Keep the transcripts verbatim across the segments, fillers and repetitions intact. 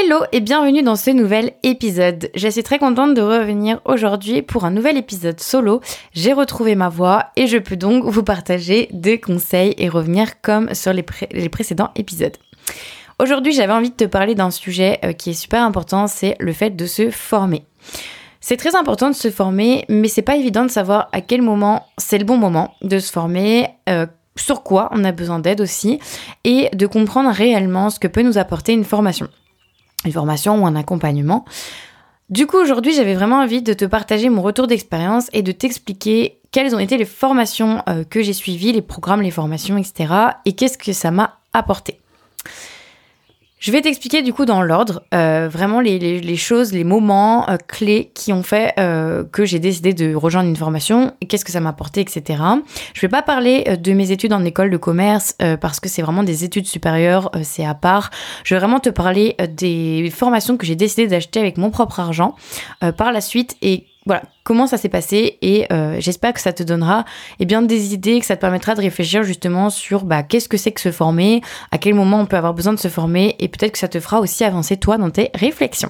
Hello et bienvenue dans ce nouvel épisode. Je suis très contente de revenir aujourd'hui pour un nouvel épisode solo. J'ai retrouvé ma voix et je peux donc vous partager des conseils et revenir comme sur les, pré- les précédents épisodes. Aujourd'hui, j'avais envie de te parler d'un sujet euh, qui est super important, c'est le fait de se former. C'est très important de se former, mais c'est pas évident de savoir à quel moment c'est le bon moment de se former, euh, sur quoi on a besoin d'aide aussi, et de comprendre réellement ce que peut nous apporter une formation. Une formation ou un accompagnement. Du coup, aujourd'hui, j'avais vraiment envie de te partager mon retour d'expérience et de t'expliquer quelles ont été les formations euh, que j'ai suivies, les programmes, les formations, et cetera. Et qu'est-ce que ça m'a apporté. Je vais t'expliquer du coup dans l'ordre, euh, vraiment les, les, les choses, les moments euh, clés qui ont fait euh, que j'ai décidé de rejoindre une formation, et qu'est-ce que ça m'a apporté, et cetera. Je vais pas parler euh, de mes études en école de commerce euh, parce que c'est vraiment des études supérieures, euh, c'est à part. Je vais vraiment te parler euh, des formations que j'ai décidé d'acheter avec mon propre argent euh, par la suite et voilà, comment ça s'est passé et euh, j'espère que ça te donnera eh bien, des idées, que ça te permettra de réfléchir justement sur bah, qu'est-ce que c'est que se former, à quel moment on peut avoir besoin de se former et peut-être que ça te fera aussi avancer toi dans tes réflexions.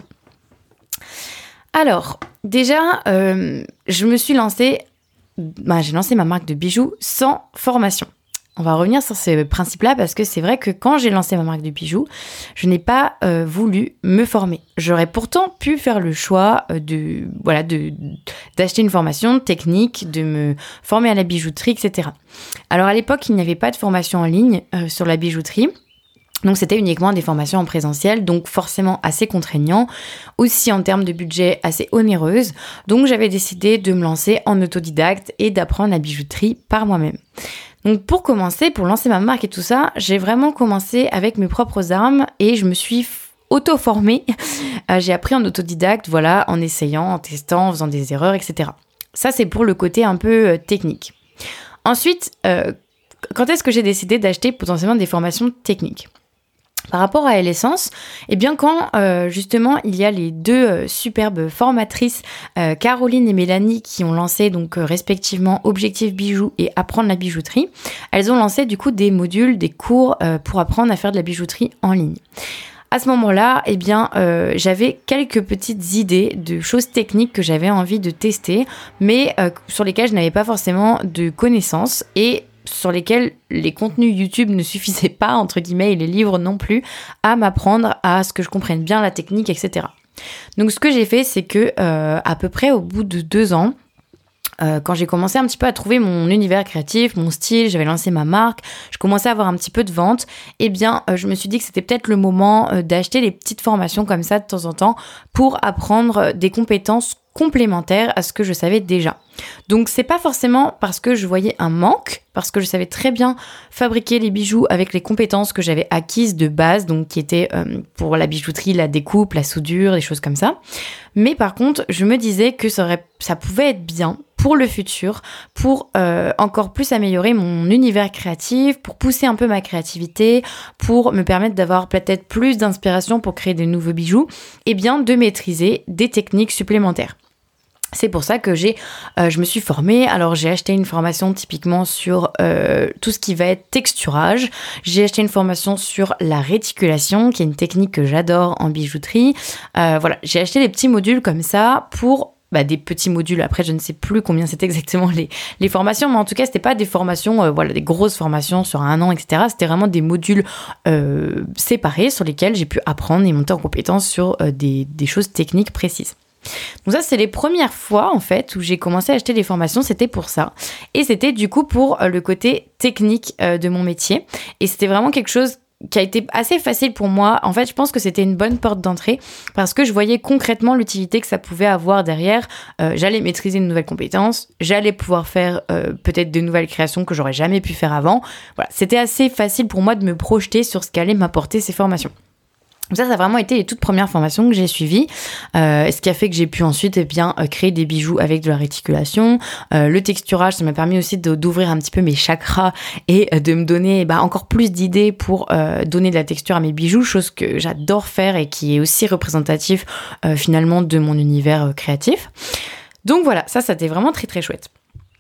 Alors, déjà, euh, je me suis lancée, bah, j'ai lancé ma marque de bijoux sans formation. On va revenir sur ce principe-là parce que c'est vrai que quand j'ai lancé ma marque de bijoux, je n'ai pas euh, voulu me former. J'aurais pourtant pu faire le choix de, voilà, de, d'acheter une formation technique, de me former à la bijouterie, et cetera. Alors à l'époque, il n'y avait pas de formation en ligne euh, sur la bijouterie. Donc c'était uniquement des formations en présentiel, donc forcément assez contraignant, aussi en termes de budget assez onéreuse. Donc j'avais décidé de me lancer en autodidacte et d'apprendre la bijouterie par moi-même. Donc pour commencer, pour lancer ma marque et tout ça, j'ai vraiment commencé avec mes propres armes et je me suis auto-formée. Euh, j'ai appris en autodidacte, voilà, en essayant, en testant, en faisant des erreurs, et cetera. Ça, c'est pour le côté un peu euh, technique. Ensuite, euh, quand est-ce que j'ai décidé d'acheter potentiellement des formations techniques ? Par rapport à L'Essence, eh bien quand euh, justement il y a les deux euh, superbes formatrices euh, Caroline et Mélanie qui ont lancé donc euh, respectivement Objectif Bijoux et Apprendre la bijouterie, elles ont lancé du coup des modules, des cours euh, pour apprendre à faire de la bijouterie en ligne. À ce moment-là, eh bien, euh, j'avais quelques petites idées de choses techniques que j'avais envie de tester, mais euh, sur lesquelles je n'avais pas forcément de connaissances et sur lesquels les contenus YouTube ne suffisaient pas, entre guillemets, et les livres non plus, à m'apprendre à ce que je comprenne bien la technique, et cetera. Donc ce que j'ai fait, c'est que euh, à peu près au bout de deux ans, Euh, quand j'ai commencé un petit peu à trouver mon univers créatif, mon style, j'avais lancé ma marque, je commençais à avoir un petit peu de vente, eh bien, euh, je me suis dit que c'était peut-être le moment euh, d'acheter des petites formations comme ça de temps en temps pour apprendre des compétences complémentaires à ce que je savais déjà. Donc, c'est pas forcément parce que je voyais un manque, parce que je savais très bien fabriquer les bijoux avec les compétences que j'avais acquises de base, donc qui étaient euh, pour la bijouterie, la découpe, la soudure, des choses comme ça. Mais par contre, je me disais que ça, aurait, ça pouvait être bien pour le futur, pour euh, encore plus améliorer mon univers créatif, pour pousser un peu ma créativité, pour me permettre d'avoir peut-être plus d'inspiration pour créer de nouveaux bijoux, et bien de maîtriser des techniques supplémentaires. C'est pour ça que j'ai, euh, je me suis formée. Alors, j'ai acheté une formation typiquement sur euh, tout ce qui va être texturage. J'ai acheté une formation sur la réticulation, qui est une technique que j'adore en bijouterie. Euh, voilà, j'ai acheté des petits modules comme ça pour bah, des petits modules. Après, je ne sais plus combien c'était exactement les, les formations, mais en tout cas, c'était pas des formations, euh, voilà, des grosses formations sur un an, et cetera. C'était vraiment des modules euh, séparés sur lesquels j'ai pu apprendre et monter en compétence sur euh, des, des choses techniques précises. Donc ça, c'est les premières fois, en fait, où j'ai commencé à acheter des formations, c'était pour ça. Et c'était du coup pour euh, le côté technique euh, de mon métier. Et c'était vraiment quelque chose qui a été assez facile pour moi. En fait, je pense que c'était une bonne porte d'entrée parce que je voyais concrètement l'utilité que ça pouvait avoir derrière. Euh, j'allais maîtriser une nouvelle compétence, j'allais pouvoir faire euh, peut-être de nouvelles créations que j'aurais jamais pu faire avant. Voilà, c'était assez facile pour moi de me projeter sur ce qu'allaient m'apporter ces formations. Ça, ça a vraiment été les toutes premières formations que j'ai suivies, euh, ce qui a fait que j'ai pu ensuite eh bien, euh, créer des bijoux avec de la réticulation. Euh, le texturage, ça m'a permis aussi de, d'ouvrir un petit peu mes chakras et euh, de me donner bah, encore plus d'idées pour euh, donner de la texture à mes bijoux, chose que j'adore faire et qui est aussi représentatif euh, finalement de mon univers euh, créatif. Donc voilà, ça, ça a été vraiment très très chouette.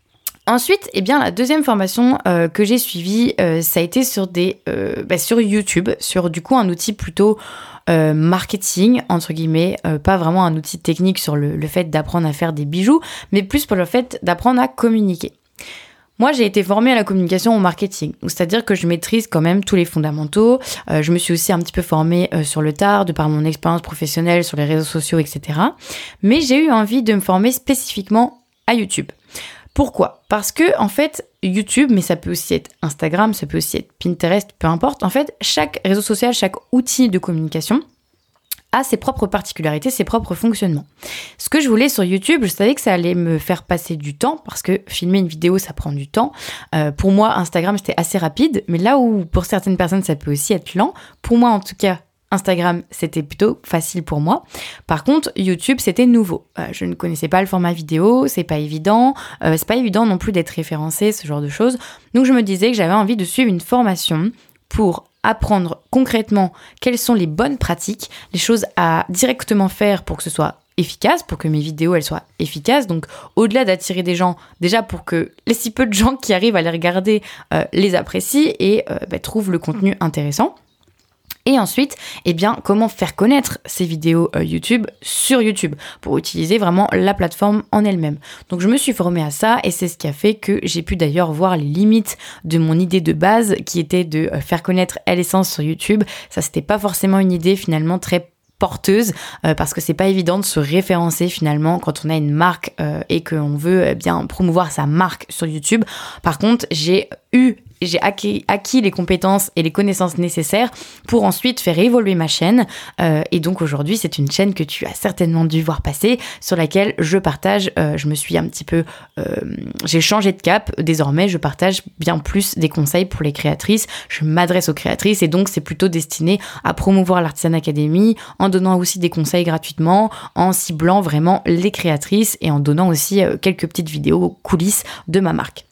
Ensuite, eh bien, la deuxième formation euh, que j'ai suivie, euh, ça a été sur, des, euh, bah, sur YouTube, sur du coup un outil plutôt euh, marketing, entre guillemets, euh, pas vraiment un outil technique sur le, le fait d'apprendre à faire des bijoux, mais plus pour le fait d'apprendre à communiquer. Moi, j'ai été formée à la communication au marketing, c'est-à-dire que je maîtrise quand même tous les fondamentaux. Euh, je me suis aussi un petit peu formée euh, sur le tard, de par mon expérience professionnelle sur les réseaux sociaux, et cetera. Mais j'ai eu envie de me former spécifiquement à YouTube. Pourquoi ? Parce que, en fait, YouTube, mais ça peut aussi être Instagram, ça peut aussi être Pinterest, peu importe. En fait, chaque réseau social, chaque outil de communication a ses propres particularités, ses propres fonctionnements. Ce que je voulais sur YouTube, je savais que ça allait me faire passer du temps, parce que filmer une vidéo, ça prend du temps. Euh, pour moi, Instagram, c'était assez rapide, mais là où pour certaines personnes, ça peut aussi être lent, pour moi, en tout cas, Instagram, c'était plutôt facile pour moi. Par contre, YouTube, c'était nouveau. Euh, je ne connaissais pas le format vidéo, c'est pas évident. Euh, c'est pas évident non plus d'être référencé, ce genre de choses. Donc, je me disais que j'avais envie de suivre une formation pour apprendre concrètement quelles sont les bonnes pratiques, les choses à directement faire pour que ce soit efficace, pour que mes vidéos elles soient efficaces. Donc, au-delà d'attirer des gens, déjà pour que les si peu de gens qui arrivent à les regarder euh, les apprécient et euh, bah, trouvent le contenu intéressant. Et ensuite, eh bien, comment faire connaître ces vidéos euh, YouTube sur YouTube pour utiliser vraiment la plateforme en elle-même. Donc, je me suis formée à ça et c'est ce qui a fait que j'ai pu d'ailleurs voir les limites de mon idée de base qui était de euh, faire connaître L-Essence sur YouTube. Ça, c'était pas forcément une idée finalement très porteuse euh, parce que c'est pas évident de se référencer finalement quand on a une marque euh, et qu'on veut euh, bien promouvoir sa marque sur YouTube. Par contre, j'ai eu j'ai acquis, acquis les compétences et les connaissances nécessaires pour ensuite faire évoluer ma chaîne. Euh, et donc aujourd'hui, c'est une chaîne que tu as certainement dû voir passer, sur laquelle je partage, euh, je me suis un petit peu... Euh, j'ai changé de cap. Désormais, je partage bien plus des conseils pour les créatrices. Je m'adresse aux créatrices et donc c'est plutôt destiné à promouvoir l'Artisan Academy en donnant aussi des conseils gratuitement, en ciblant vraiment les créatrices et en donnant aussi euh, quelques petites vidéos coulisses de ma marque.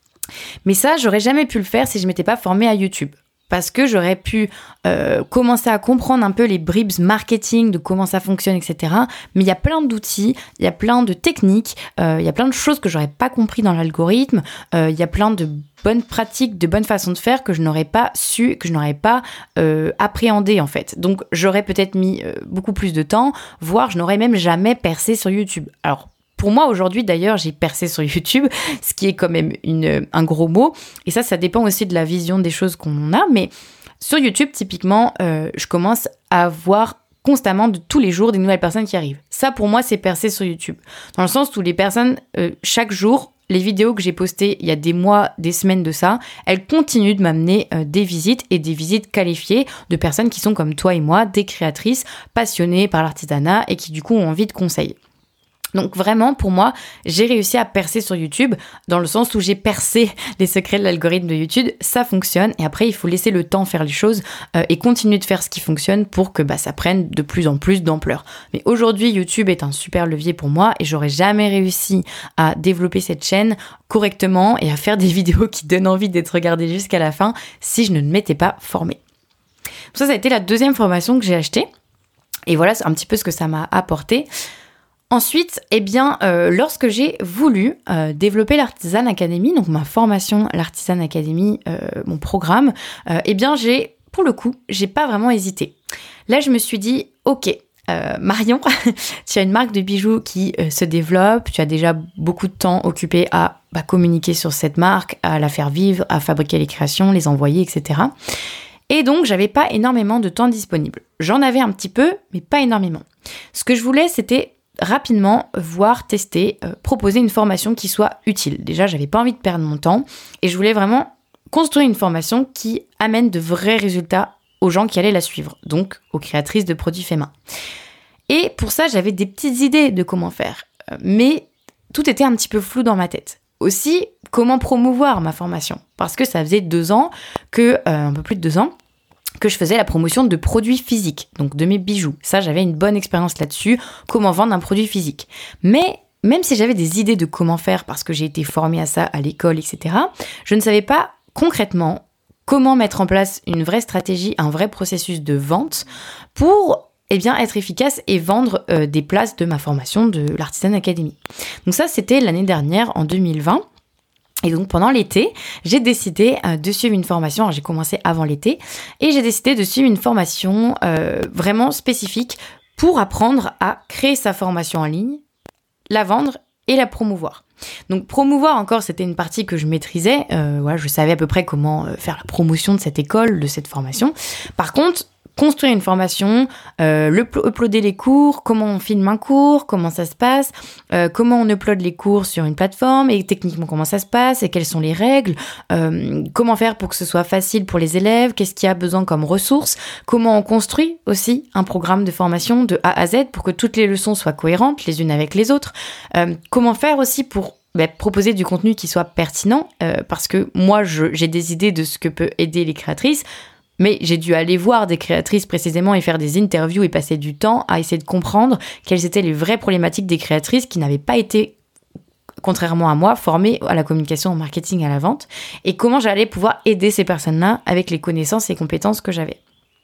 Mais ça, j'aurais jamais pu le faire si je m'étais pas formée à YouTube. Parce que j'aurais pu euh, commencer à comprendre un peu les bribes marketing, de comment ça fonctionne, et cetera. Mais il y a plein d'outils, il y a plein de techniques, euh, il y a plein de choses que j'aurais pas compris dans l'algorithme, euh, il y a plein de bonnes pratiques, de bonnes façons de faire que je n'aurais pas su, que je n'aurais pas euh, appréhendé en fait. Donc j'aurais peut-être mis euh, beaucoup plus de temps, voire je n'aurais même jamais percé sur YouTube. Alors, pour moi, aujourd'hui, d'ailleurs, j'ai percé sur YouTube, ce qui est quand même une, un gros mot. Et ça, ça dépend aussi de la vision des choses qu'on a. Mais sur YouTube, typiquement, euh, je commence à voir constamment, de tous les jours, des nouvelles personnes qui arrivent. Ça, pour moi, c'est percer sur YouTube. Dans le sens où les personnes, euh, chaque jour, les vidéos que j'ai postées il y a des mois, des semaines de ça, elles continuent de m'amener euh, des visites et des visites qualifiées de personnes qui sont comme toi et moi, des créatrices passionnées par l'artisanat et qui, du coup, ont envie de conseils. Donc vraiment, pour moi, j'ai réussi à percer sur YouTube dans le sens où j'ai percé les secrets de l'algorithme de YouTube. Ça fonctionne et après, il faut laisser le temps faire les choses euh, et continuer de faire ce qui fonctionne pour que bah, ça prenne de plus en plus d'ampleur. Mais aujourd'hui, YouTube est un super levier pour moi et j'aurais jamais réussi à développer cette chaîne correctement et à faire des vidéos qui donnent envie d'être regardées jusqu'à la fin si je ne m'étais pas formée. Donc ça, ça a été la deuxième formation que j'ai achetée. Et voilà, c'est un petit peu ce que ça m'a apporté. Ensuite, eh bien, euh, lorsque j'ai voulu euh, développer l'Artisan Academy, donc ma formation, l'Artisan Academy, euh, mon programme, euh, eh bien, j'ai, pour le coup, j'ai pas vraiment hésité. Là, je me suis dit, ok, euh, Marion, tu as une marque de bijoux qui euh, se développe, tu as déjà beaucoup de temps occupé à bah, communiquer sur cette marque, à la faire vivre, à fabriquer les créations, les envoyer, et cetera. Et donc, j'avais pas énormément de temps disponible. J'en avais un petit peu, mais pas énormément. Ce que je voulais, c'était rapidement voir, tester, euh, proposer une formation qui soit utile. Déjà, j'avais pas envie de perdre mon temps et je voulais vraiment construire une formation qui amène de vrais résultats aux gens qui allaient la suivre, donc aux créatrices de produits faits main. Et pour ça, j'avais des petites idées de comment faire, euh, mais tout était un petit peu flou dans ma tête. Aussi, comment promouvoir ma formation ? Parce que ça faisait deux ans que, euh, un peu plus de deux ans, que je faisais la promotion de produits physiques, donc de mes bijoux. Ça, j'avais une bonne expérience là-dessus, comment vendre un produit physique. Mais même si j'avais des idées de comment faire, parce que j'ai été formée à ça à l'école, et cetera, je ne savais pas concrètement comment mettre en place une vraie stratégie, un vrai processus de vente pour eh bien, être efficace et vendre euh, des places de ma formation de l'Artisan Academy. Donc ça, c'était l'année dernière, en deux mille vingt. Et donc pendant l'été, j'ai décidé euh, de suivre une formation. Alors, j'ai commencé avant l'été et j'ai décidé de suivre une formation euh, vraiment spécifique pour apprendre à créer sa formation en ligne, la vendre et la promouvoir. Donc promouvoir encore, c'était une partie que je maîtrisais. Euh, voilà, je savais à peu près comment faire la promotion de cette école, de cette formation. Par contre, construire une formation, euh, le, uploader les cours, comment on filme un cours, comment ça se passe, euh, comment on upload les cours sur une plateforme et techniquement comment ça se passe et quelles sont les règles, euh, comment faire pour que ce soit facile pour les élèves, qu'est-ce qu'il y a besoin comme ressources, comment on construit aussi un programme de formation de A à Z pour que toutes les leçons soient cohérentes les unes avec les autres, euh, comment faire aussi pour bah, proposer du contenu qui soit pertinent, euh, parce que moi je, j'ai des idées de ce que peut aider les créatrices. Mais j'ai dû aller voir des créatrices précisément et faire des interviews et passer du temps à essayer de comprendre quelles étaient les vraies problématiques des créatrices qui n'avaient pas été, contrairement à moi, formées à la communication, au marketing, à la vente, et comment j'allais pouvoir aider ces personnes-là avec les connaissances et compétences que j'avais.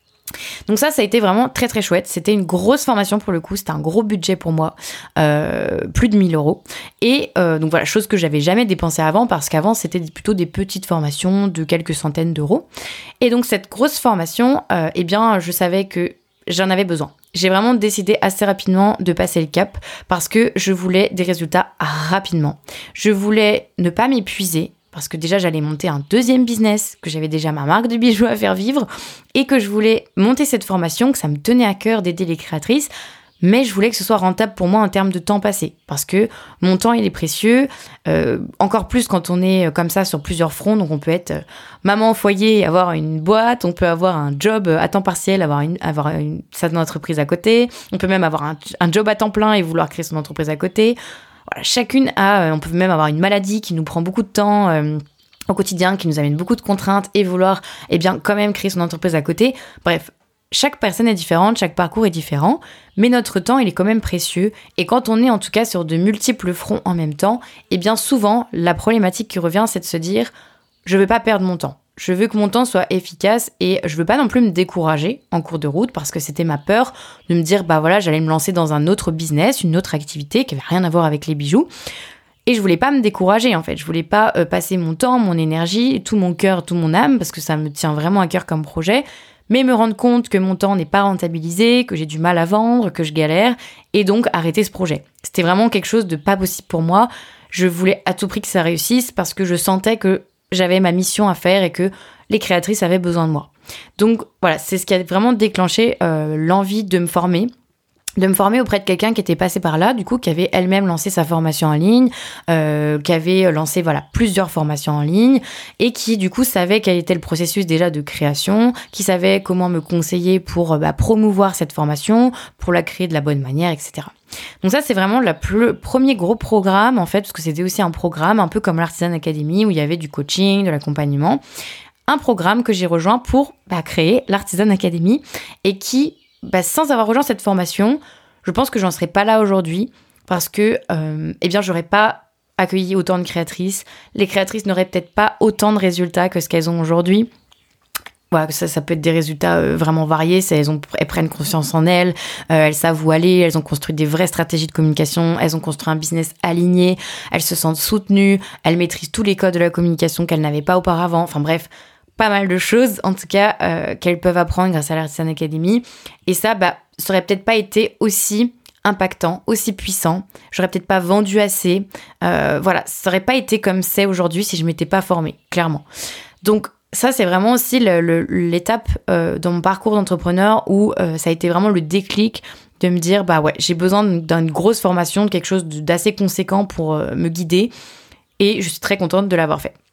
Donc ça, ça a été vraiment très très chouette. C'était une grosse formation pour le coup, c'était un gros budget pour moi, euh, plus de mille euros. Et euh, donc voilà, chose que j'avais jamais dépensée avant parce qu'avant c'était plutôt des petites formations de quelques centaines d'euros. Et donc cette grosse formation, euh, eh bien je savais que j'en avais besoin. J'ai vraiment décidé assez rapidement de passer le cap parce que je voulais des résultats rapidement. Je voulais ne pas m'épuiser. Parce que déjà, j'allais monter un deuxième business, que j'avais déjà ma marque de bijoux à faire vivre, et que je voulais monter cette formation, que ça me tenait à cœur d'aider les créatrices, mais je voulais que ce soit rentable pour moi en termes de temps passé. Parce que mon temps, il est précieux, euh, encore plus quand on est comme ça sur plusieurs fronts, donc on peut être maman au foyer et avoir une boîte, on peut avoir un job à temps partiel, avoir une, avoir une, sa entreprise à côté, on peut même avoir un, un job à temps plein et vouloir créer son entreprise à côté. Voilà, chacune a, on peut même avoir une maladie qui nous prend beaucoup de temps euh, au quotidien, qui nous amène beaucoup de contraintes et vouloir, eh bien, quand même créer son entreprise à côté. Bref, chaque personne est différente, chaque parcours est différent, mais notre temps, il est quand même précieux. Et quand on est en tout cas sur de multiples fronts en même temps, eh bien, souvent, la problématique qui revient, c'est de se dire, je veux pas perdre mon temps. Je veux que mon temps soit efficace et je veux pas non plus me décourager en cours de route parce que c'était ma peur de me dire, bah voilà, j'allais me lancer dans un autre business, une autre activité qui avait rien à voir avec les bijoux. Et je voulais pas me décourager, en fait. Je voulais pas euh, passer mon temps, mon énergie, tout mon cœur, tout mon âme, parce que ça me tient vraiment à cœur comme projet, mais me rendre compte que mon temps n'est pas rentabilisé, que j'ai du mal à vendre, que je galère, et donc arrêter ce projet. C'était vraiment quelque chose de pas possible pour moi. Je voulais à tout prix que ça réussisse parce que je sentais que j'avais ma mission à faire et que les créatrices avaient besoin de moi. Donc voilà, c'est ce qui a vraiment déclenché euh, l'envie de me former, de me former auprès de quelqu'un qui était passé par là, du coup, qui avait elle-même lancé sa formation en ligne, euh, qui avait lancé voilà plusieurs formations en ligne et qui, du coup, savait quel était le processus déjà de création, qui savait comment me conseiller pour bah, promouvoir cette formation, pour la créer de la bonne manière, et cetera. Donc ça, c'est vraiment le plus, premier gros programme, en fait, parce que c'était aussi un programme un peu comme l'Artisan Academy, où il y avait du coaching, de l'accompagnement. Un programme que j'ai rejoint pour bah, créer l'Artisan Academy et qui, bah, sans avoir rejoint cette formation, je pense que j'en serais pas là aujourd'hui parce que, euh, eh bien, j'aurais pas accueilli autant de créatrices. Les créatrices n'auraient peut-être pas autant de résultats que ce qu'elles ont aujourd'hui. Voilà, ça, ça peut être des résultats euh, vraiment variés. Ça, elles, ont, elles prennent confiance en elles, euh, elles savent où aller, elles ont construit des vraies stratégies de communication, elles ont construit un business aligné, elles se sentent soutenues, elles maîtrisent tous les codes de la communication qu'elles n'avaient pas auparavant. Enfin bref, pas mal de choses, en tout cas, euh, qu'elles peuvent apprendre grâce à l'Artisan Academy. Et ça, bah, ça aurait peut-être pas été aussi impactant, aussi puissant. J'aurais peut-être pas vendu assez. Euh, voilà, ça aurait pas été comme c'est aujourd'hui si je m'étais pas formée, clairement. Donc, ça, c'est vraiment aussi le, le, l'étape euh, dans mon parcours d'entrepreneur où euh, ça a été vraiment le déclic de me dire, bah ouais, j'ai besoin d'une grosse formation, de quelque chose d'assez conséquent pour euh, me guider. Et je suis très contente de l'avoir fait.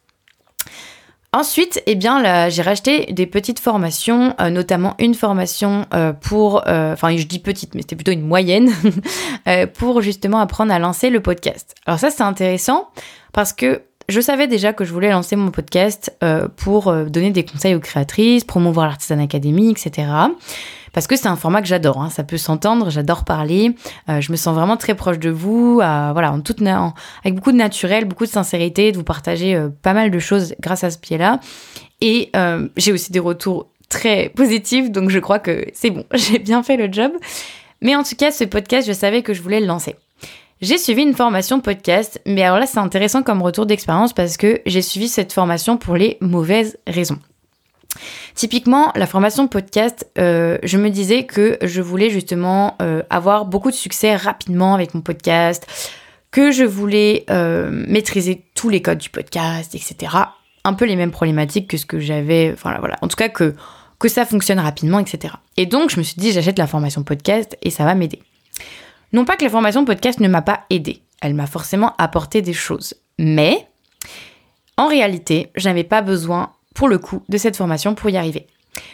Ensuite, eh bien, là, j'ai racheté des petites formations, euh, notamment une formation euh, pour, enfin, euh, je dis petite, mais c'était plutôt une moyenne, euh, pour justement apprendre à lancer le podcast. Alors ça, c'est intéressant parce que je savais déjà que je voulais lancer mon podcast euh, pour euh, donner des conseils aux créatrices, promouvoir l'Artisan Academy, et cetera. Parce que c'est un format que j'adore, hein, ça peut s'entendre, j'adore parler, euh, je me sens vraiment très proche de vous, euh, voilà, en toute na- en, avec beaucoup de naturel, beaucoup de sincérité, de vous partager euh, pas mal de choses grâce à ce pied-là. Et euh, j'ai aussi des retours très positifs, donc je crois que c'est bon, j'ai bien fait le job. Mais en tout cas, ce podcast, je savais que je voulais le lancer. J'ai suivi une formation podcast, mais alors là, c'est intéressant comme retour d'expérience parce que j'ai suivi cette formation pour les mauvaises raisons. Typiquement, la formation podcast, euh, je me disais que je voulais justement euh, avoir beaucoup de succès rapidement avec mon podcast, que je voulais euh, maîtriser tous les codes du podcast, et cetera. Un peu les mêmes problématiques que ce que j'avais, enfin voilà, en tout cas que, que ça fonctionne rapidement, et cetera. Et donc, je me suis dit, j'achète la formation podcast et ça va m'aider. Non pas que la formation podcast ne m'a pas aidée, elle m'a forcément apporté des choses. Mais, en réalité, je n'avais pas besoin, pour le coup, de cette formation pour y arriver. Pourquoi ?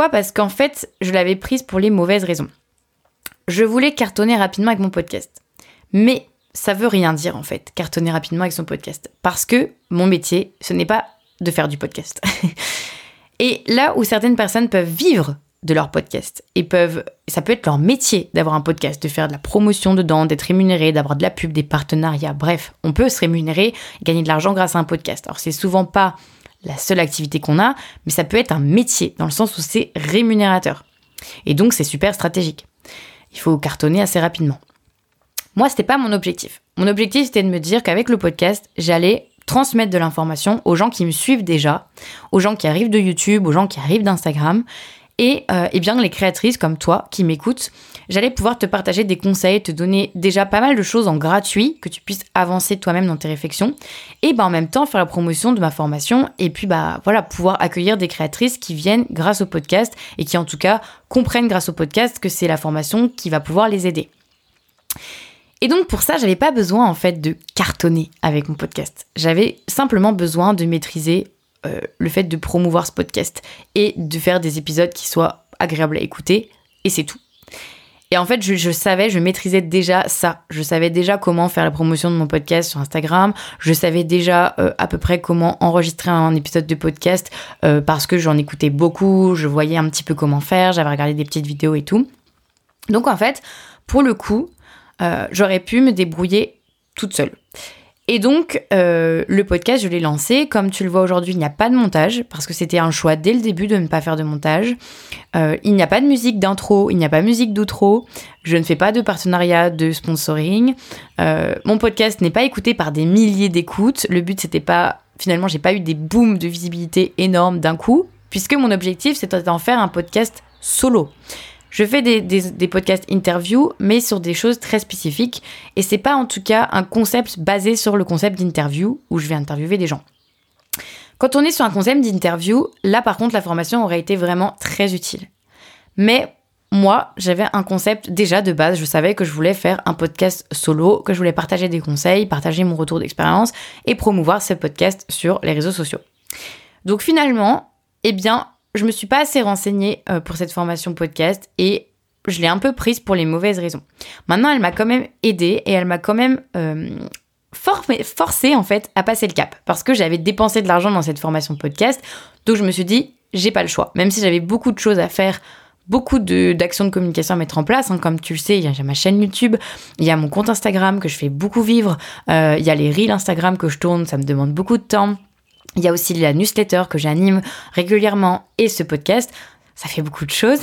Parce qu'en fait, je l'avais prise pour les mauvaises raisons. Je voulais cartonner rapidement avec mon podcast. Mais ça veut rien dire, en fait, cartonner rapidement avec son podcast. Parce que mon métier, ce n'est pas de faire du podcast. Et là où certaines personnes peuvent vivre de leur podcast et peuvent, ça peut être leur métier d'avoir un podcast, de faire de la promotion dedans, d'être rémunéré, d'avoir de la pub, des partenariats, bref, on peut se rémunérer et gagner de l'argent grâce à un podcast. Alors c'est souvent pas la seule activité qu'on a, mais ça peut être un métier dans le sens où c'est rémunérateur. Et donc c'est super stratégique. Il faut cartonner assez rapidement. Moi, c'était pas mon objectif. Mon objectif, c'était de me dire qu'avec le podcast, j'allais transmettre de l'information aux gens qui me suivent déjà, aux gens qui arrivent de YouTube, aux gens qui arrivent d'Instagram. Et, euh, et bien les créatrices comme toi qui m'écoutent, j'allais pouvoir te partager des conseils, te donner déjà pas mal de choses en gratuit, que tu puisses avancer toi-même dans tes réflexions, et bah, en même temps faire la promotion de ma formation, et puis bah, voilà, pouvoir accueillir des créatrices qui viennent grâce au podcast, et qui en tout cas comprennent grâce au podcast que c'est la formation qui va pouvoir les aider. Et donc pour ça, j'avais pas besoin en fait de cartonner avec mon podcast. J'avais simplement besoin de maîtriser Euh, le fait de promouvoir ce podcast et de faire des épisodes qui soient agréables à écouter, et c'est tout. Et en fait, je, je savais, je maîtrisais déjà ça. Je savais déjà comment faire la promotion de mon podcast sur Instagram. Je savais déjà euh, à peu près comment enregistrer un épisode de podcast euh, parce que j'en écoutais beaucoup, je voyais un petit peu comment faire, j'avais regardé des petites vidéos et tout. Donc en fait, pour le coup, euh, j'aurais pu me débrouiller toute seule. Et donc, euh, le podcast, je l'ai lancé. Comme tu le vois aujourd'hui, il n'y a pas de montage, parce que c'était un choix dès le début de ne pas faire de montage. Euh, il n'y a pas de musique d'intro, il n'y a pas de musique d'outro. Je ne fais pas de partenariat, de sponsoring. Euh, mon podcast n'est pas écouté par des milliers d'écoutes. Le but, c'était pas... Finalement, j'ai pas eu des booms de visibilité énormes d'un coup, puisque mon objectif, c'était d'en faire un podcast solo. Je fais des, des, des podcasts interviews, mais sur des choses très spécifiques. Et c'est pas en tout cas un concept basé sur le concept d'interview où je vais interviewer des gens. Quand on est sur un concept d'interview, là par contre la formation aurait été vraiment très utile. Mais moi, j'avais un concept déjà de base. Je savais que je voulais faire un podcast solo, que je voulais partager des conseils, partager mon retour d'expérience et promouvoir ce podcast sur les réseaux sociaux. Donc finalement, eh bien... je me suis pas assez renseignée euh, pour cette formation podcast et je l'ai un peu prise pour les mauvaises raisons. Maintenant, elle m'a quand même aidée et elle m'a quand même euh, formé, forcée en fait à passer le cap parce que j'avais dépensé de l'argent dans cette formation podcast. Donc je me suis dit, j'ai pas le choix. Même si j'avais beaucoup de choses à faire, beaucoup de, d'actions de communication à mettre en place. Hein, comme tu le sais, il y a ma chaîne YouTube, il y a mon compte Instagram que je fais beaucoup vivre, euh, il y a les reels Instagram que je tourne, ça me demande beaucoup de temps. Il y a aussi la newsletter que j'anime régulièrement et ce podcast. Ça fait beaucoup de choses.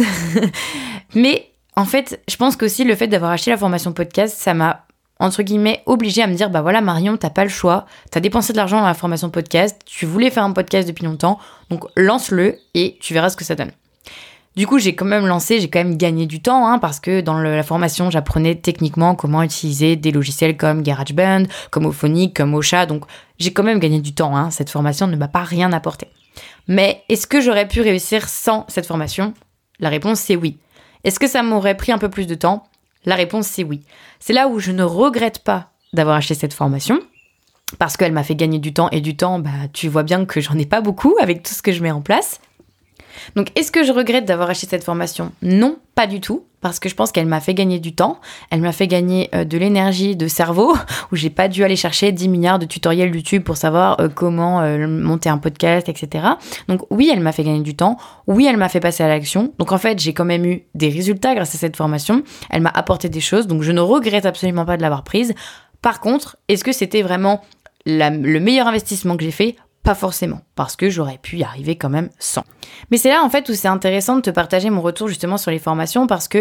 Mais en fait, je pense qu'aussi le fait d'avoir acheté la formation podcast, ça m'a, entre guillemets, obligée à me dire, bah voilà Marion, t'as pas le choix. T'as dépensé de l'argent dans la formation podcast. Tu voulais faire un podcast depuis longtemps. Donc lance-le et tu verras ce que ça donne. Du coup, j'ai quand même lancé, j'ai quand même gagné du temps, hein, parce que dans le, la formation, j'apprenais techniquement comment utiliser des logiciels comme GarageBand, comme Auphonic, comme Ocha, donc j'ai quand même gagné du temps, hein. Cette formation ne m'a pas rien apporté. Mais est-ce que j'aurais pu réussir sans cette formation ? La réponse, c'est oui. Est-ce que ça m'aurait pris un peu plus de temps ? La réponse, c'est oui. C'est là où je ne regrette pas d'avoir acheté cette formation, parce qu'elle m'a fait gagner du temps, et du temps, bah, tu vois bien que j'en ai pas beaucoup avec tout ce que je mets en place. Donc, est-ce que je regrette d'avoir acheté cette formation ? Non, pas du tout, parce que je pense qu'elle m'a fait gagner du temps, elle m'a fait gagner euh, de l'énergie de cerveau, où j'ai pas dû aller chercher dix milliards de tutoriels YouTube pour savoir euh, comment euh, monter un podcast, et cetera. Donc oui, elle m'a fait gagner du temps, oui, elle m'a fait passer à l'action. Donc en fait, j'ai quand même eu des résultats grâce à cette formation, elle m'a apporté des choses, donc je ne regrette absolument pas de l'avoir prise. Par contre, est-ce que c'était vraiment la, le meilleur investissement que j'ai fait ? Pas forcément, parce que j'aurais pu y arriver quand même sans. Mais c'est là en fait où c'est intéressant de te partager mon retour justement sur les formations, parce que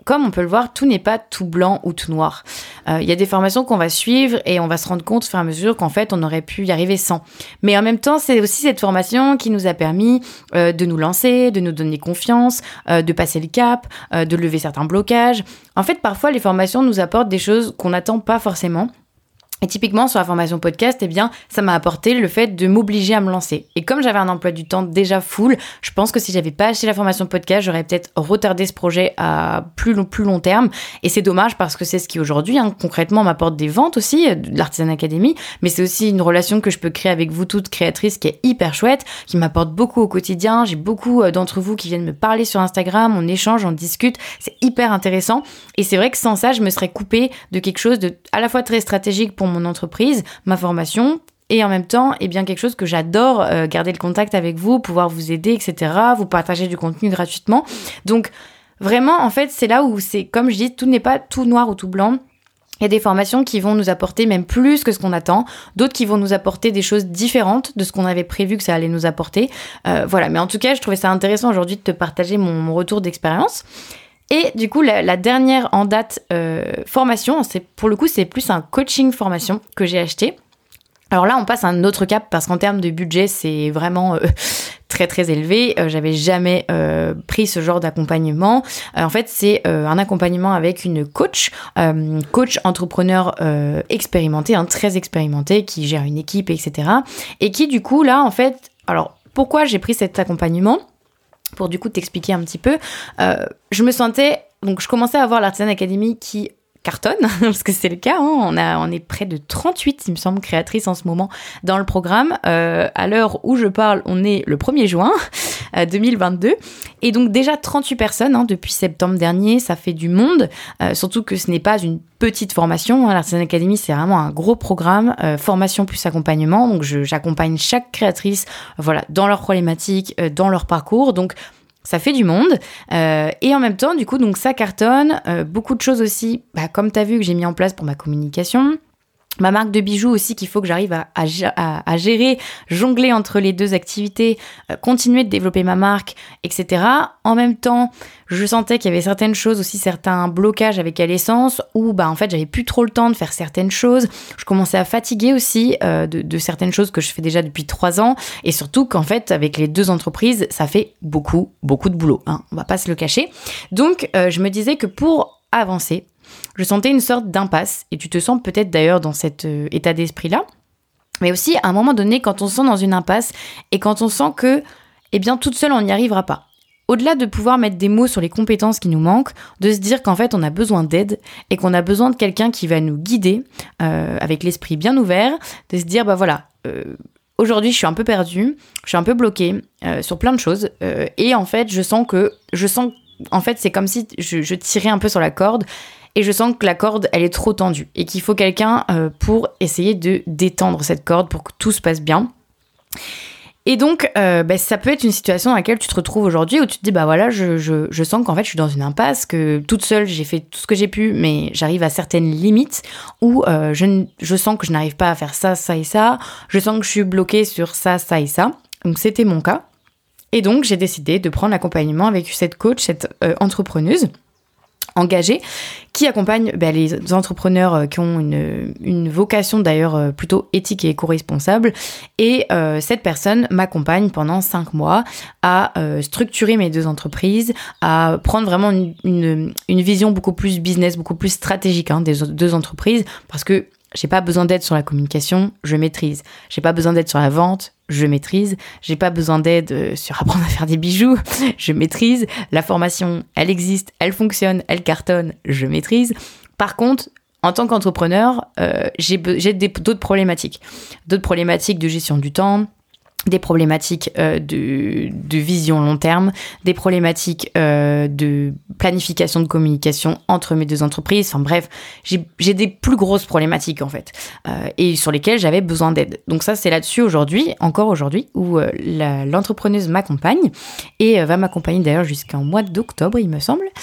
comme on peut le voir, tout n'est pas tout blanc ou tout noir. Il euh, y a des formations qu'on va suivre et on va se rendre compte au fur et à mesure qu'en fait, on aurait pu y arriver sans. Mais en même temps, c'est aussi cette formation qui nous a permis euh, de nous lancer, de nous donner confiance, euh, de passer le cap, euh, de lever certains blocages. En fait, parfois, les formations nous apportent des choses qu'on n'attend pas forcément. Et typiquement, sur la formation podcast, eh bien, ça m'a apporté le fait de m'obliger à me lancer. Et comme j'avais un emploi du temps déjà full, je pense que si j'avais pas acheté la formation podcast, j'aurais peut-être retardé ce projet à plus long, plus long terme. Et c'est dommage parce que c'est ce qui aujourd'hui, hein, concrètement, m'apporte des ventes aussi, de l'Artisan Academy. Mais c'est aussi une relation que je peux créer avec vous toutes créatrices qui est hyper chouette, qui m'apporte beaucoup au quotidien. J'ai beaucoup d'entre vous qui viennent me parler sur Instagram, on échange, on discute. C'est hyper intéressant. Et c'est vrai que sans ça, je me serais coupée de quelque chose de à la fois très stratégique pour mon entreprise, ma formation, et en même temps, eh bien, quelque chose que j'adore, euh, garder le contact avec vous, pouvoir vous aider, et cetera, vous partager du contenu gratuitement. Donc, vraiment, en fait, c'est là où c'est, comme je dis, tout n'est pas tout noir ou tout blanc. Il y a des formations qui vont nous apporter même plus que ce qu'on attend, d'autres qui vont nous apporter des choses différentes de ce qu'on avait prévu que ça allait nous apporter. Euh, voilà, mais en tout cas, je trouvais ça intéressant aujourd'hui de te partager mon, mon retour d'expérience. Et du coup, la, la dernière en date euh, formation, c'est, pour le coup, c'est plus un coaching formation que j'ai acheté. Alors là, on passe à un autre cap parce qu'en termes de budget, c'est vraiment euh, très très élevé. Euh, j'avais jamais euh, pris ce genre d'accompagnement. Euh, en fait, c'est euh, un accompagnement avec une coach, euh, coach entrepreneur euh, expérimenté, hein, très expérimenté, qui gère une équipe, et cetera. Et qui, du coup, là, en fait, alors pourquoi j'ai pris cet accompagnement ? Pour du coup t'expliquer un petit peu, euh, je me sentais, donc je commençais à avoir l'Artisan Academy qui cartonne, parce que c'est le cas, hein, on, a, on est près de trente-huit, il me semble, créatrices en ce moment dans le programme. Euh, à l'heure où je parle, on est le premier juin euh, deux mille vingt-deux, et donc déjà trente-huit personnes hein, depuis septembre dernier, ça fait du monde, euh, surtout que ce n'est pas une petite formation, hein, l'Artisan Academy c'est vraiment un gros programme, euh, formation plus accompagnement, donc je, j'accompagne chaque créatrice euh, voilà, dans leurs problématiques, euh, dans leur parcours, donc ça fait du monde, euh, et en même temps, du coup, donc ça cartonne, euh, beaucoup de choses aussi, bah, comme tu as vu que j'ai mis en place pour ma communication, ma marque de bijoux aussi qu'il faut que j'arrive à, à, à gérer, jongler entre les deux activités, euh, continuer de développer ma marque, et cetera. En même temps, je sentais qu'il y avait certaines choses aussi, certains blocages avec l'essence où bah en fait j'avais plus trop le temps de faire certaines choses. Je commençais à fatiguer aussi euh, de, de certaines choses que je fais déjà depuis trois ans et surtout qu'en fait avec les deux entreprises ça fait beaucoup beaucoup de boulot. Hein, on va pas se le cacher. Donc euh, je me disais que pour avancer, je sentais une sorte d'impasse et tu te sens peut-être d'ailleurs dans cet euh, état d'esprit-là. Mais aussi à un moment donné quand on se sent dans une impasse et quand on sent que eh bien toute seule on n'y arrivera pas. Au-delà de pouvoir mettre des mots sur les compétences qui nous manquent, de se dire qu'en fait on a besoin d'aide et qu'on a besoin de quelqu'un qui va nous guider euh, avec l'esprit bien ouvert, de se dire bah voilà, euh, aujourd'hui je suis un peu perdue, je suis un peu bloquée euh, sur plein de choses euh, et en fait je sens que, je sens, en fait c'est comme si je, je tirais un peu sur la corde et je sens que la corde elle est trop tendue et qu'il faut quelqu'un euh, pour essayer de détendre cette corde pour que tout se passe bien. Et donc, euh, bah, ça peut être une situation dans laquelle tu te retrouves aujourd'hui où tu te dis, bah voilà, je, je, je sens qu'en fait, je suis dans une impasse, que toute seule, j'ai fait tout ce que j'ai pu, mais j'arrive à certaines limites où euh, je, je sens que je n'arrive pas à faire ça, ça et ça. Je sens que je suis bloquée sur ça, ça et ça. Donc, c'était mon cas. Et donc, j'ai décidé de prendre l'accompagnement avec cette coach, cette euh, entrepreneuse engagée, qui accompagne bah, les entrepreneurs euh, qui ont une, une vocation d'ailleurs euh, plutôt éthique et éco-responsable. Et euh, cette personne m'accompagne pendant cinq mois à euh, structurer mes deux entreprises, à prendre vraiment une, une, une vision beaucoup plus business, beaucoup plus stratégique hein, des deux entreprises, parce que j'ai pas besoin d'aide sur la communication, je maîtrise. J'ai pas besoin d'aide sur la vente, je maîtrise. J'ai pas besoin d'aide sur apprendre à faire des bijoux, je maîtrise. La formation, elle existe, elle fonctionne, elle cartonne, je maîtrise. Par contre, en tant qu'entrepreneur, euh, j'ai, j'ai des, d'autres problématiques. D'autres problématiques de gestion du temps, des problématiques euh, de, de vision long terme, des problématiques euh, de planification de communication entre mes deux entreprises. Enfin bref, j'ai, j'ai des plus grosses problématiques en fait, euh, et sur lesquelles j'avais besoin d'aide. Donc ça, c'est là-dessus aujourd'hui, encore aujourd'hui, où euh, la, l'entrepreneuse m'accompagne et euh, va m'accompagner d'ailleurs jusqu'en mois d'octobre, il me semble.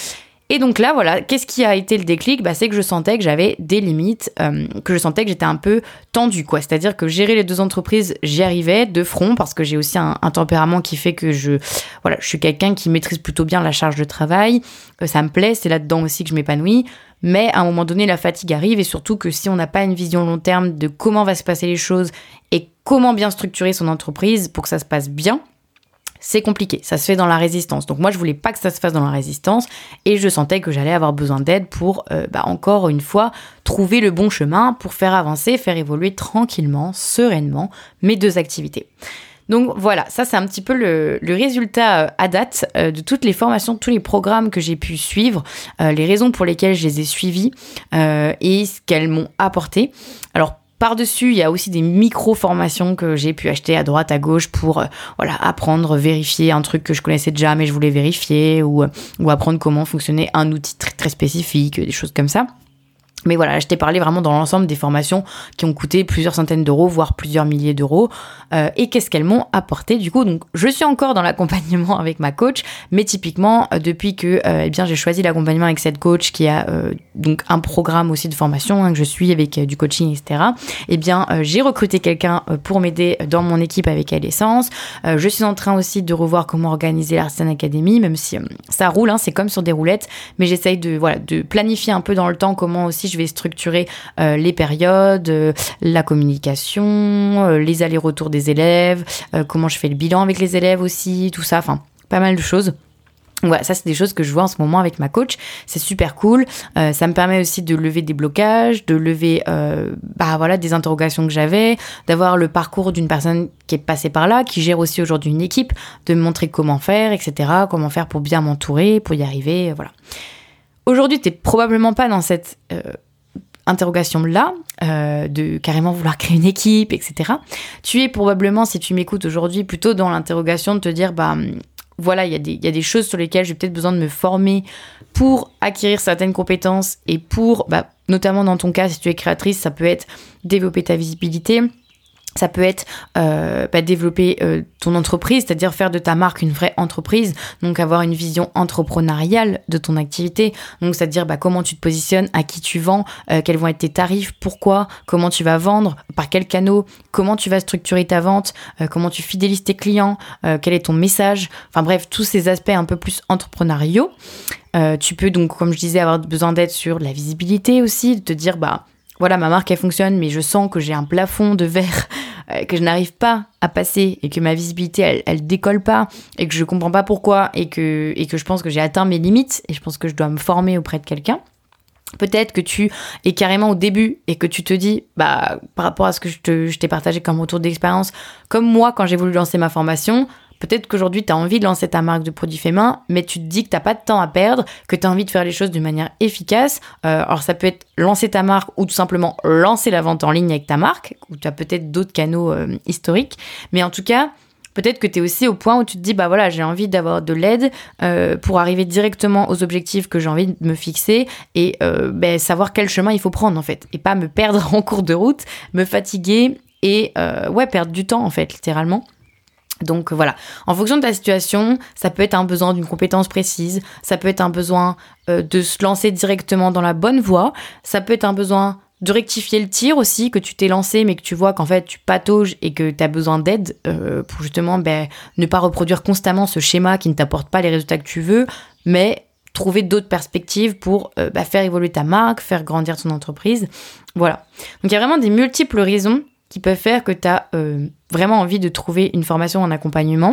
Et donc là, voilà, qu'est-ce qui a été le déclic ? Bah, c'est que je sentais que j'avais des limites, euh, que je sentais que j'étais un peu tendue, quoi. C'est-à-dire que gérer les deux entreprises, j'y arrivais de front parce que j'ai aussi un, un tempérament qui fait que je, voilà, je suis quelqu'un qui maîtrise plutôt bien la charge de travail. Euh, ça me plaît, c'est là-dedans aussi que je m'épanouis. Mais à un moment donné, la fatigue arrive et surtout que si on n'a pas une vision long terme de comment va se passer les choses et comment bien structurer son entreprise pour que ça se passe bien, c'est compliqué, ça se fait dans la résistance. Donc moi, je voulais pas que ça se fasse dans la résistance et je sentais que j'allais avoir besoin d'aide pour, euh, bah, encore une fois, trouver le bon chemin pour faire avancer, faire évoluer tranquillement, sereinement mes deux activités. Donc voilà, ça c'est un petit peu le, le résultat euh, à date euh, de toutes les formations, de tous les programmes que j'ai pu suivre, euh, les raisons pour lesquelles je les ai suivis euh, et ce qu'elles m'ont apporté. Alors, par-dessus, il y a aussi des micro-formations que j'ai pu acheter à droite, à gauche pour euh, voilà, apprendre, vérifier un truc que je connaissais déjà mais je voulais vérifier ou, euh, ou apprendre comment fonctionnait un outil très, très spécifique, des choses comme ça. Mais voilà, je t'ai parlé vraiment dans l'ensemble des formations qui ont coûté plusieurs centaines d'euros, voire plusieurs milliers d'euros. Euh, et qu'est-ce qu'elles m'ont apporté du coup ? Donc, je suis encore dans l'accompagnement avec ma coach, mais typiquement, euh, depuis que euh, eh bien, j'ai choisi l'accompagnement avec cette coach qui a euh, donc un programme aussi de formation hein, que je suis avec euh, du coaching, et cetera. Eh bien, euh, j'ai recruté quelqu'un euh, pour m'aider dans mon équipe avec Elle Essence. Euh, je suis en train aussi de revoir comment organiser l'Artisan Academy, même si euh, ça roule, hein, c'est comme sur des roulettes, mais j'essaye de, voilà, de planifier un peu dans le temps comment aussi je vais structurer euh, les périodes, euh, la communication, euh, les allers-retours des élèves, euh, comment je fais le bilan avec les élèves aussi, tout ça, enfin, pas mal de choses. Voilà, ça c'est des choses que je vois en ce moment avec ma coach, c'est super cool, euh, ça me permet aussi de lever des blocages, de lever euh, bah voilà des interrogations que j'avais, d'avoir le parcours d'une personne qui est passée par là, qui gère aussi aujourd'hui une équipe, de me montrer comment faire, et cetera, comment faire pour bien m'entourer, pour y arriver, voilà. Aujourd'hui, t'es probablement pas dans cette euh, interrogation-là, euh, de carrément vouloir créer une équipe, et cetera. Tu es probablement, si tu m'écoutes aujourd'hui, plutôt dans l'interrogation de te dire, bah voilà, il y a des, il y a des choses sur lesquelles j'ai peut-être besoin de me former pour acquérir certaines compétences et pour, bah, notamment dans ton cas, si tu es créatrice, ça peut être développer ta visibilité. Ça peut être euh, bah, développer euh, ton entreprise, c'est-à-dire faire de ta marque une vraie entreprise, donc avoir une vision entrepreneuriale de ton activité, donc c'est-à-dire bah, comment tu te positionnes, à qui tu vends, euh, quels vont être tes tarifs, pourquoi, comment tu vas vendre, par quels canaux, comment tu vas structurer ta vente, euh, comment tu fidélises tes clients, euh, quel est ton message, enfin bref, tous ces aspects un peu plus entrepreneuriaux. Euh, tu peux donc, comme je disais, avoir besoin d'aide sur la visibilité aussi, de te dire, bah voilà, ma marque elle fonctionne, mais je sens que j'ai un plafond de verre euh, que je n'arrive pas à passer et que ma visibilité elle, elle décolle pas et que je comprends pas pourquoi et que, et que je pense que j'ai atteint mes limites et je pense que je dois me former auprès de quelqu'un. Peut-être que tu es carrément au début et que tu te dis, bah, par rapport à ce que je, te, je t'ai partagé comme retour d'expérience, comme moi quand j'ai voulu lancer ma formation, peut-être qu'aujourd'hui, tu as envie de lancer ta marque de produits faits main, mais tu te dis que tu n'as pas de temps à perdre, que tu as envie de faire les choses de manière efficace. Euh, alors, ça peut être lancer ta marque ou tout simplement lancer la vente en ligne avec ta marque, ou tu as peut-être d'autres canaux euh, historiques. Mais en tout cas, peut-être que tu es aussi au point où tu te dis, bah voilà, j'ai envie d'avoir de l'aide euh, pour arriver directement aux objectifs que j'ai envie de me fixer et euh, bah, savoir quel chemin il faut prendre, en fait. Et pas me perdre en cours de route, me fatiguer et euh, ouais, perdre du temps, en fait, littéralement. Donc voilà, en fonction de ta situation, ça peut être un besoin d'une compétence précise, ça peut être un besoin euh, de se lancer directement dans la bonne voie, ça peut être un besoin de rectifier le tir aussi, que tu t'es lancé mais que tu vois qu'en fait tu patauges et que tu as besoin d'aide euh, pour justement ben, ne pas reproduire constamment ce schéma qui ne t'apporte pas les résultats que tu veux, mais trouver d'autres perspectives pour euh, bah, faire évoluer ta marque, faire grandir ton entreprise. Voilà. Donc il y a vraiment des multiples raisons qui peuvent faire que tu as euh, vraiment envie de trouver une formation en accompagnement.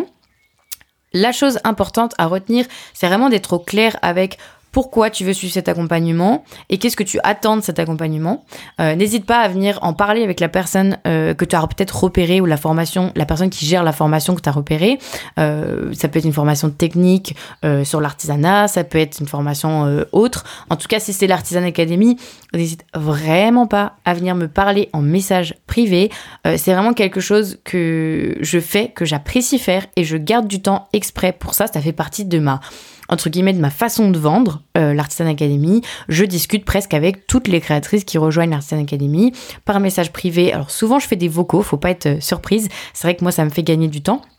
La chose importante à retenir, c'est vraiment d'être au clair avec pourquoi tu veux suivre cet accompagnement et qu'est-ce que tu attends de cet accompagnement. Euh, n'hésite pas à venir en parler avec la personne euh, que tu as peut-être repérée ou la formation, la personne qui gère la formation que tu as repérée. Euh, ça peut être une formation technique euh, sur l'artisanat, ça peut être une formation euh, autre. En tout cas, si c'est l'Artisan Academy, n'hésite vraiment pas à venir me parler en message privé. Euh, c'est vraiment quelque chose que je fais, que j'apprécie faire et je garde du temps exprès pour ça. Ça fait partie de ma... entre guillemets, de ma façon de vendre euh, l'Artisan Academy. Je discute presque avec toutes les créatrices qui rejoignent l'Artisan Academy par message privé. Alors souvent, je fais des vocaux, faut pas être euh, surprise. C'est vrai que moi, ça me fait gagner du temps.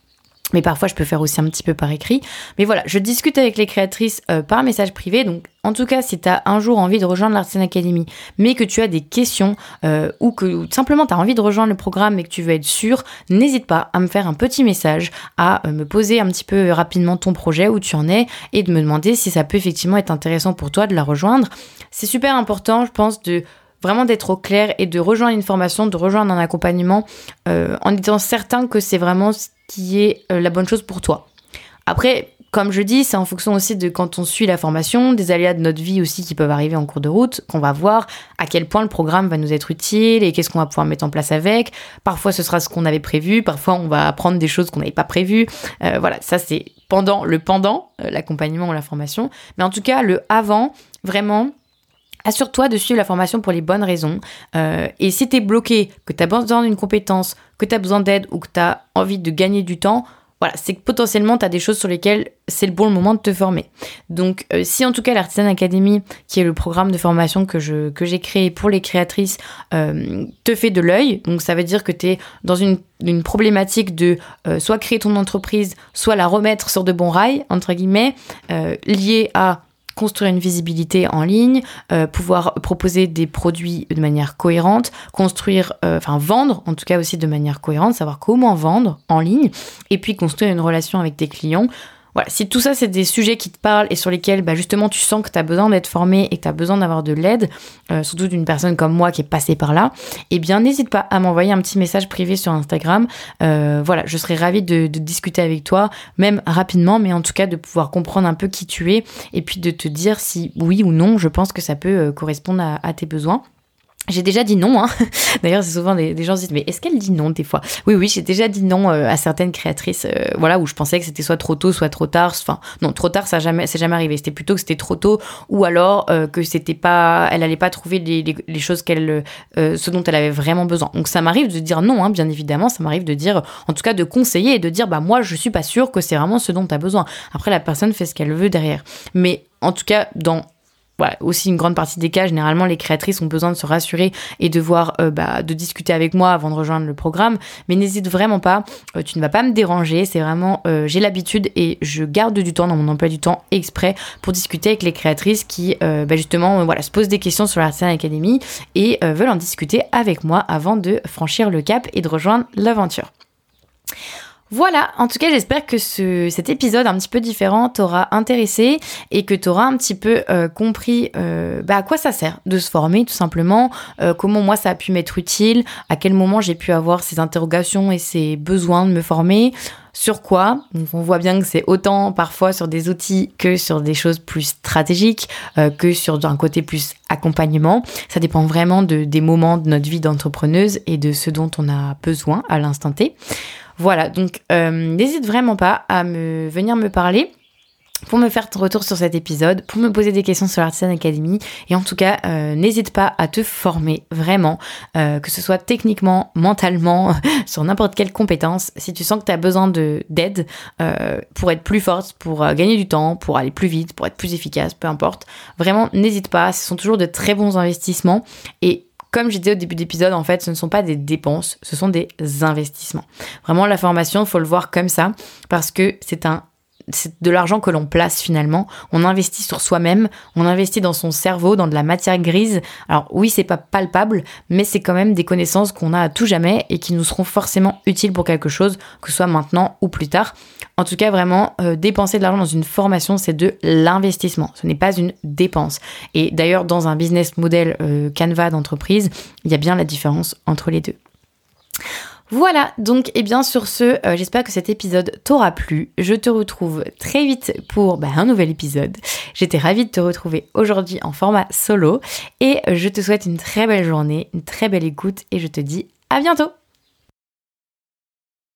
Mais parfois, je peux faire aussi un petit peu par écrit. Mais voilà, je discute avec les créatrices euh, par message privé. Donc, en tout cas, si tu as un jour envie de rejoindre l'Artisan Academy, mais que tu as des questions euh, ou que ou simplement tu as envie de rejoindre le programme mais que tu veux être sûr, n'hésite pas à me faire un petit message, à euh, me poser un petit peu rapidement ton projet, où tu en es, et de me demander si ça peut effectivement être intéressant pour toi de la rejoindre. C'est super important, je pense, de... vraiment d'être au clair et de rejoindre une formation, de rejoindre un accompagnement euh, en étant certain que c'est vraiment ce qui est euh, la bonne chose pour toi. Après, comme je dis, c'est en fonction aussi de quand on suit la formation, des aléas de notre vie aussi qui peuvent arriver en cours de route, qu'on va voir à quel point le programme va nous être utile et qu'est-ce qu'on va pouvoir mettre en place avec. Parfois, ce sera ce qu'on avait prévu, parfois on va apprendre des choses qu'on n'avait pas prévues. Euh, voilà, ça c'est pendant le pendant, euh, l'accompagnement ou la formation. Mais en tout cas, le avant, vraiment... assure-toi de suivre la formation pour les bonnes raisons. Euh, et si t'es bloqué, que t'as besoin d'une compétence, que t'as besoin d'aide ou que t'as envie de gagner du temps, voilà, c'est que potentiellement t'as des choses sur lesquelles c'est le bon moment de te former. Donc, euh, si en tout cas l'Artisan Academy, qui est le programme de formation que je que j'ai créé pour les créatrices, euh, te fait de l'œil, donc ça veut dire que t'es dans une une problématique de euh, soit créer ton entreprise, soit la remettre sur de bons rails, entre guillemets, euh, liée à construire une visibilité en ligne, euh, pouvoir proposer des produits de manière cohérente, construire, euh, enfin vendre en tout cas aussi de manière cohérente, savoir comment vendre en ligne, et puis construire une relation avec tes clients. Voilà, si tout ça, c'est des sujets qui te parlent et sur lesquels, bah, justement, tu sens que tu as besoin d'être formé et que tu as besoin d'avoir de l'aide, euh, surtout d'une personne comme moi qui est passée par là, eh bien, n'hésite pas à m'envoyer un petit message privé sur Instagram. Euh, voilà, je serais ravie de, de discuter avec toi, même rapidement, mais en tout cas, de pouvoir comprendre un peu qui tu es et puis de te dire si oui ou non, je pense que ça peut euh, correspondre à, à tes besoins. J'ai déjà dit non, hein. D'ailleurs, c'est souvent des, des gens se disent, mais est-ce qu'elle dit non des fois ? Oui, oui, j'ai déjà dit non euh, à certaines créatrices, euh, voilà, où je pensais que c'était soit trop tôt, soit trop tard. Enfin, non, trop tard, ça jamais, c'est jamais arrivé. C'était plutôt que c'était trop tôt, ou alors euh, que c'était pas, elle allait pas trouver les, les, les choses qu'elle, euh, ce dont elle avait vraiment besoin. Donc, ça m'arrive de dire non, hein, bien évidemment. Ça m'arrive de dire, en tout cas, de conseiller et de dire, bah moi, je suis pas sûre que c'est vraiment ce dont tu as besoin. Après, la personne fait ce qu'elle veut derrière. Mais en tout cas, dans Voilà, aussi une grande partie des cas, généralement les créatrices ont besoin de se rassurer et de voir, euh, bah, de discuter avec moi avant de rejoindre le programme. Mais n'hésite vraiment pas, euh, tu ne vas pas me déranger. C'est vraiment, euh, j'ai l'habitude et je garde du temps dans mon emploi du temps exprès pour discuter avec les créatrices qui, euh, bah, justement, euh, voilà, se posent des questions sur l'Artisan Academy et euh, veulent en discuter avec moi avant de franchir le cap et de rejoindre l'aventure. Voilà, en tout cas j'espère que ce, cet épisode un petit peu différent t'aura intéressé et que t'auras un petit peu euh, compris euh, bah, à quoi ça sert de se former tout simplement, euh, comment moi ça a pu m'être utile, à quel moment j'ai pu avoir ces interrogations et ces besoins de me former, sur quoi. Donc on voit bien que c'est autant parfois sur des outils que sur des choses plus stratégiques, euh, que sur un côté plus accompagnement. Ça dépend vraiment de, des moments de notre vie d'entrepreneuse et de ce dont on a besoin à l'instant T. Voilà, donc euh, n'hésite vraiment pas à me venir me parler pour me faire ton retour sur cet épisode, pour me poser des questions sur l'Artisan Academy. Et en tout cas, euh, n'hésite pas à te former vraiment, euh, que ce soit techniquement, mentalement, sur n'importe quelle compétence. Si tu sens que tu as besoin de, d'aide euh, pour être plus forte, pour euh, gagner du temps, pour aller plus vite, pour être plus efficace, peu importe, vraiment n'hésite pas. Ce sont toujours de très bons investissements. Et comme j'ai dit au début d'épisode, en fait, ce ne sont pas des dépenses, ce sont des investissements. Vraiment, la formation, il faut le voir comme ça, parce que c'est un c'est de l'argent que l'on place finalement. On investit sur soi-même, on investit dans son cerveau, dans de la matière grise. Alors oui, c'est pas palpable, mais c'est quand même des connaissances qu'on a à tout jamais et qui nous seront forcément utiles pour quelque chose, que ce soit maintenant ou plus tard. En tout cas, vraiment, euh, dépenser de l'argent dans une formation, c'est de l'investissement. Ce n'est pas une dépense. Et d'ailleurs, dans un business model euh, Canva d'entreprise, il y a bien la différence entre les deux. Voilà, donc eh bien sur ce, euh, j'espère que cet épisode t'aura plu. Je te retrouve très vite pour bah, un nouvel épisode. J'étais ravie de te retrouver aujourd'hui en format solo et je te souhaite une très belle journée, une très belle écoute et je te dis à bientôt.